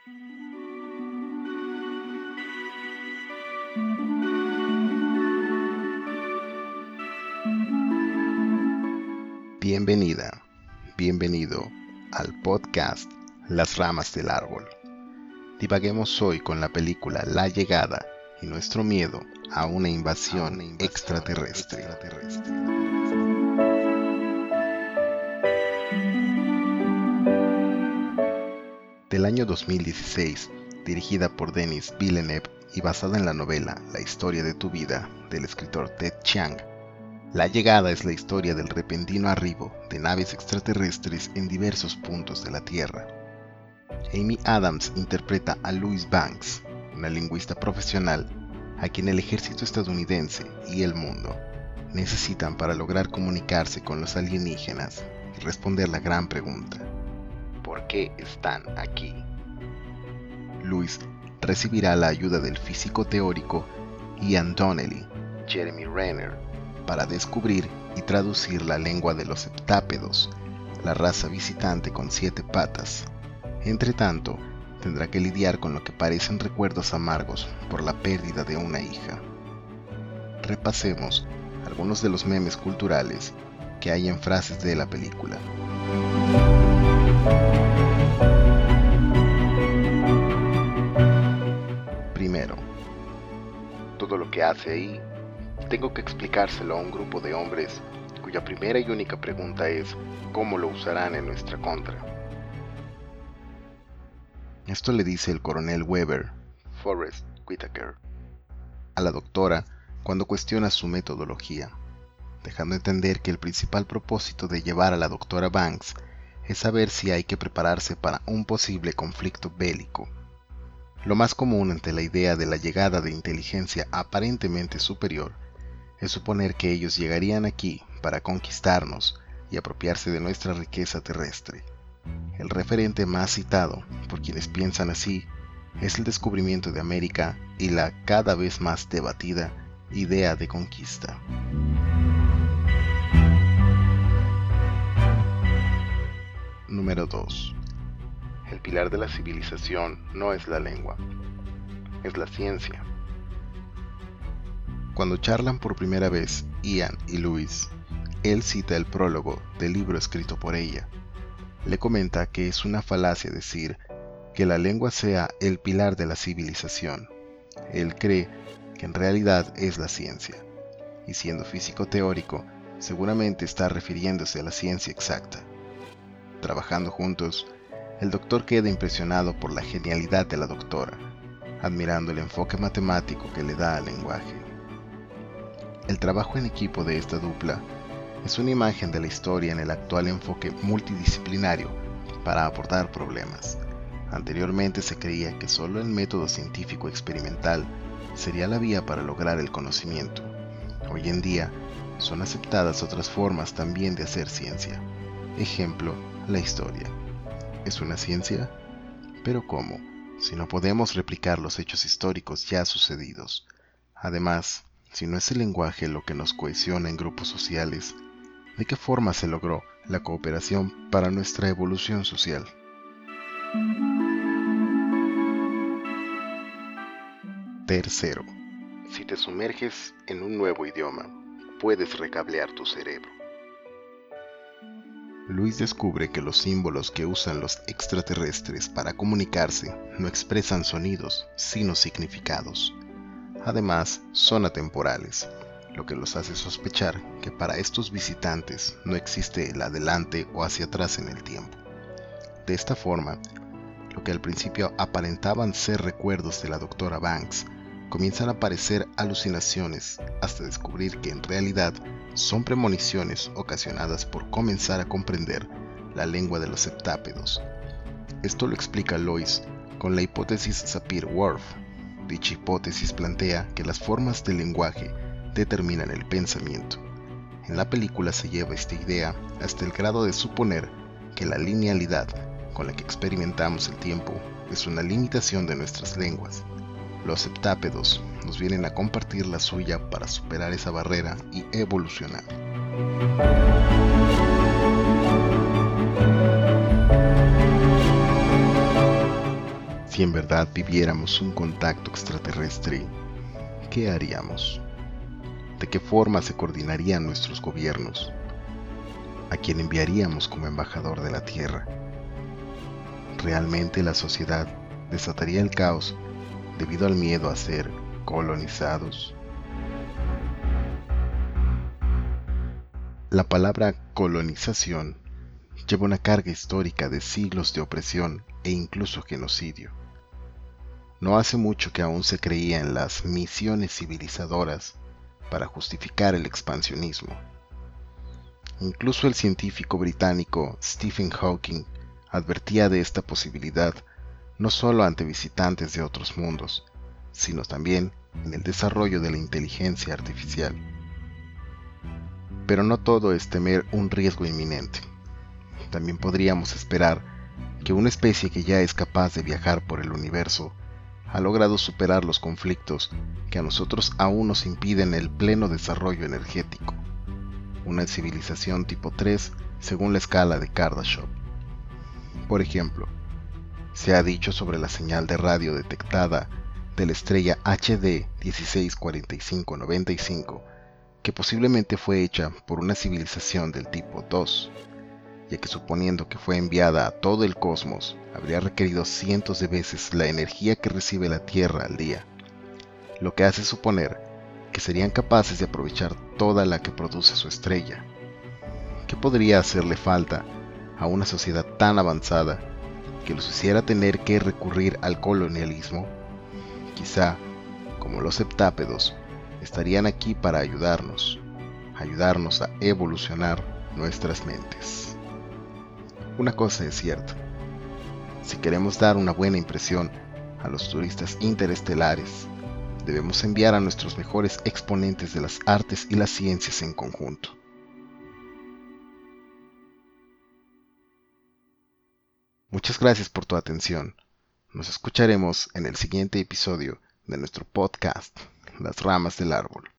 Bienvenida, bienvenido al podcast Las ramas del árbol. Divaguemos hoy con la película La Llegada y nuestro miedo a una invasión extraterrestre. Del año 2016, dirigida por Denis Villeneuve y basada en la novela La historia de tu vida del escritor Ted Chiang, La Llegada es la historia del repentino arribo de naves extraterrestres en diversos puntos de la Tierra. Amy Adams interpreta a Louise Banks, una lingüista profesional a quien el ejército estadounidense y el mundo necesitan para lograr comunicarse con los alienígenas y responder la gran pregunta: ¿por qué están aquí? Louise recibirá la ayuda del físico teórico Ian Donnelly, Jeremy Renner, para descubrir y traducir la lengua de los heptápedos, la raza visitante con 7 patas. Entre tanto, tendrá que lidiar con lo que parecen recuerdos amargos por la pérdida de una hija. Repasemos algunos de los memes culturales que hay en frases de la película. Primero, todo lo que hace ahí, tengo que explicárselo a un grupo de hombres cuya primera y única pregunta es ¿cómo lo usarán en nuestra contra? Esto le dice el coronel Weber, Forrest Whitaker, a la doctora cuando cuestiona su metodología, dejando entender que el principal propósito de llevar a la doctora Banks es saber si hay que prepararse para un posible conflicto bélico. Lo más común ante la idea de la llegada de inteligencia aparentemente superior es suponer que ellos llegarían aquí para conquistarnos y apropiarse de nuestra riqueza terrestre. El referente más citado por quienes piensan así es el descubrimiento de América y la cada vez más debatida idea de conquista. Número 2. El pilar de la civilización no es la lengua, es la ciencia. Cuando charlan por primera vez Ian y Louise, él cita el prólogo del libro escrito por ella. Le comenta que es una falacia decir que la lengua sea el pilar de la civilización. Él cree que en realidad es la ciencia, y siendo físico teórico, seguramente está refiriéndose a la ciencia exacta. Trabajando juntos, el doctor queda impresionado por la genialidad de la doctora, admirando el enfoque matemático que le da al lenguaje. El trabajo en equipo de esta dupla es una imagen de la historia en el actual enfoque multidisciplinario para abordar problemas. Anteriormente se creía que solo el método científico experimental sería la vía para lograr el conocimiento. Hoy en día son aceptadas otras formas también de hacer ciencia. Ejemplo, la historia. ¿Es una ciencia? ¿Pero cómo, si no podemos replicar los hechos históricos ya sucedidos? Además, si no es el lenguaje lo que nos cohesiona en grupos sociales, ¿de qué forma se logró la cooperación para nuestra evolución social? Tercero, si te sumerges en un nuevo idioma, puedes recablear tu cerebro. Louise descubre que los símbolos que usan los extraterrestres para comunicarse no expresan sonidos, sino significados. Además, son atemporales, lo que los hace sospechar que para estos visitantes no existe el adelante o hacia atrás en el tiempo. De esta forma, lo que al principio aparentaban ser recuerdos de la doctora Banks, comienzan a aparecer alucinaciones hasta descubrir que en realidad son premoniciones ocasionadas por comenzar a comprender la lengua de los heptápedos. Esto lo explica Lois con la hipótesis Sapir-Whorf. Dicha hipótesis plantea que las formas del lenguaje determinan el pensamiento. En la película se lleva esta idea hasta el grado de suponer que la linealidad con la que experimentamos el tiempo es una limitación de nuestras lenguas. Los heptápedos nos vienen a compartir la suya para superar esa barrera y evolucionar. Si en verdad viviéramos un contacto extraterrestre, ¿qué haríamos? ¿De qué forma se coordinarían nuestros gobiernos? ¿A quién enviaríamos como embajador de la Tierra? ¿Realmente la sociedad desataría el caos debido al miedo a ser colonizados? La palabra colonización lleva una carga histórica de siglos de opresión e incluso genocidio. No hace mucho que aún se creía en las misiones civilizadoras para justificar el expansionismo. Incluso el científico británico Stephen Hawking advertía de esta posibilidad no solo ante visitantes de otros mundos, sino también en el desarrollo de la inteligencia artificial. Pero no todo es temer un riesgo inminente. También podríamos esperar que una especie que ya es capaz de viajar por el universo ha logrado superar los conflictos que a nosotros aún nos impiden el pleno desarrollo energético. Una civilización tipo 3 según la escala de Kardashev. Por ejemplo, se ha dicho sobre la señal de radio detectada de la estrella HD 164595 que posiblemente fue hecha por una civilización del tipo 2, ya que suponiendo que fue enviada a todo el cosmos, habría requerido cientos de veces la energía que recibe la Tierra al día, lo que hace suponer que serían capaces de aprovechar toda la que produce su estrella. ¿Qué podría hacerle falta a una sociedad tan avanzada que los hiciera tener que recurrir al colonialismo? Quizá, como los septápedos, estarían aquí para ayudarnos a evolucionar nuestras mentes. Una cosa es cierta, si queremos dar una buena impresión a los turistas interestelares, debemos enviar a nuestros mejores exponentes de las artes y las ciencias en conjunto. Muchas gracias por tu atención. Nos escucharemos en el siguiente episodio de nuestro podcast, Las ramas del árbol.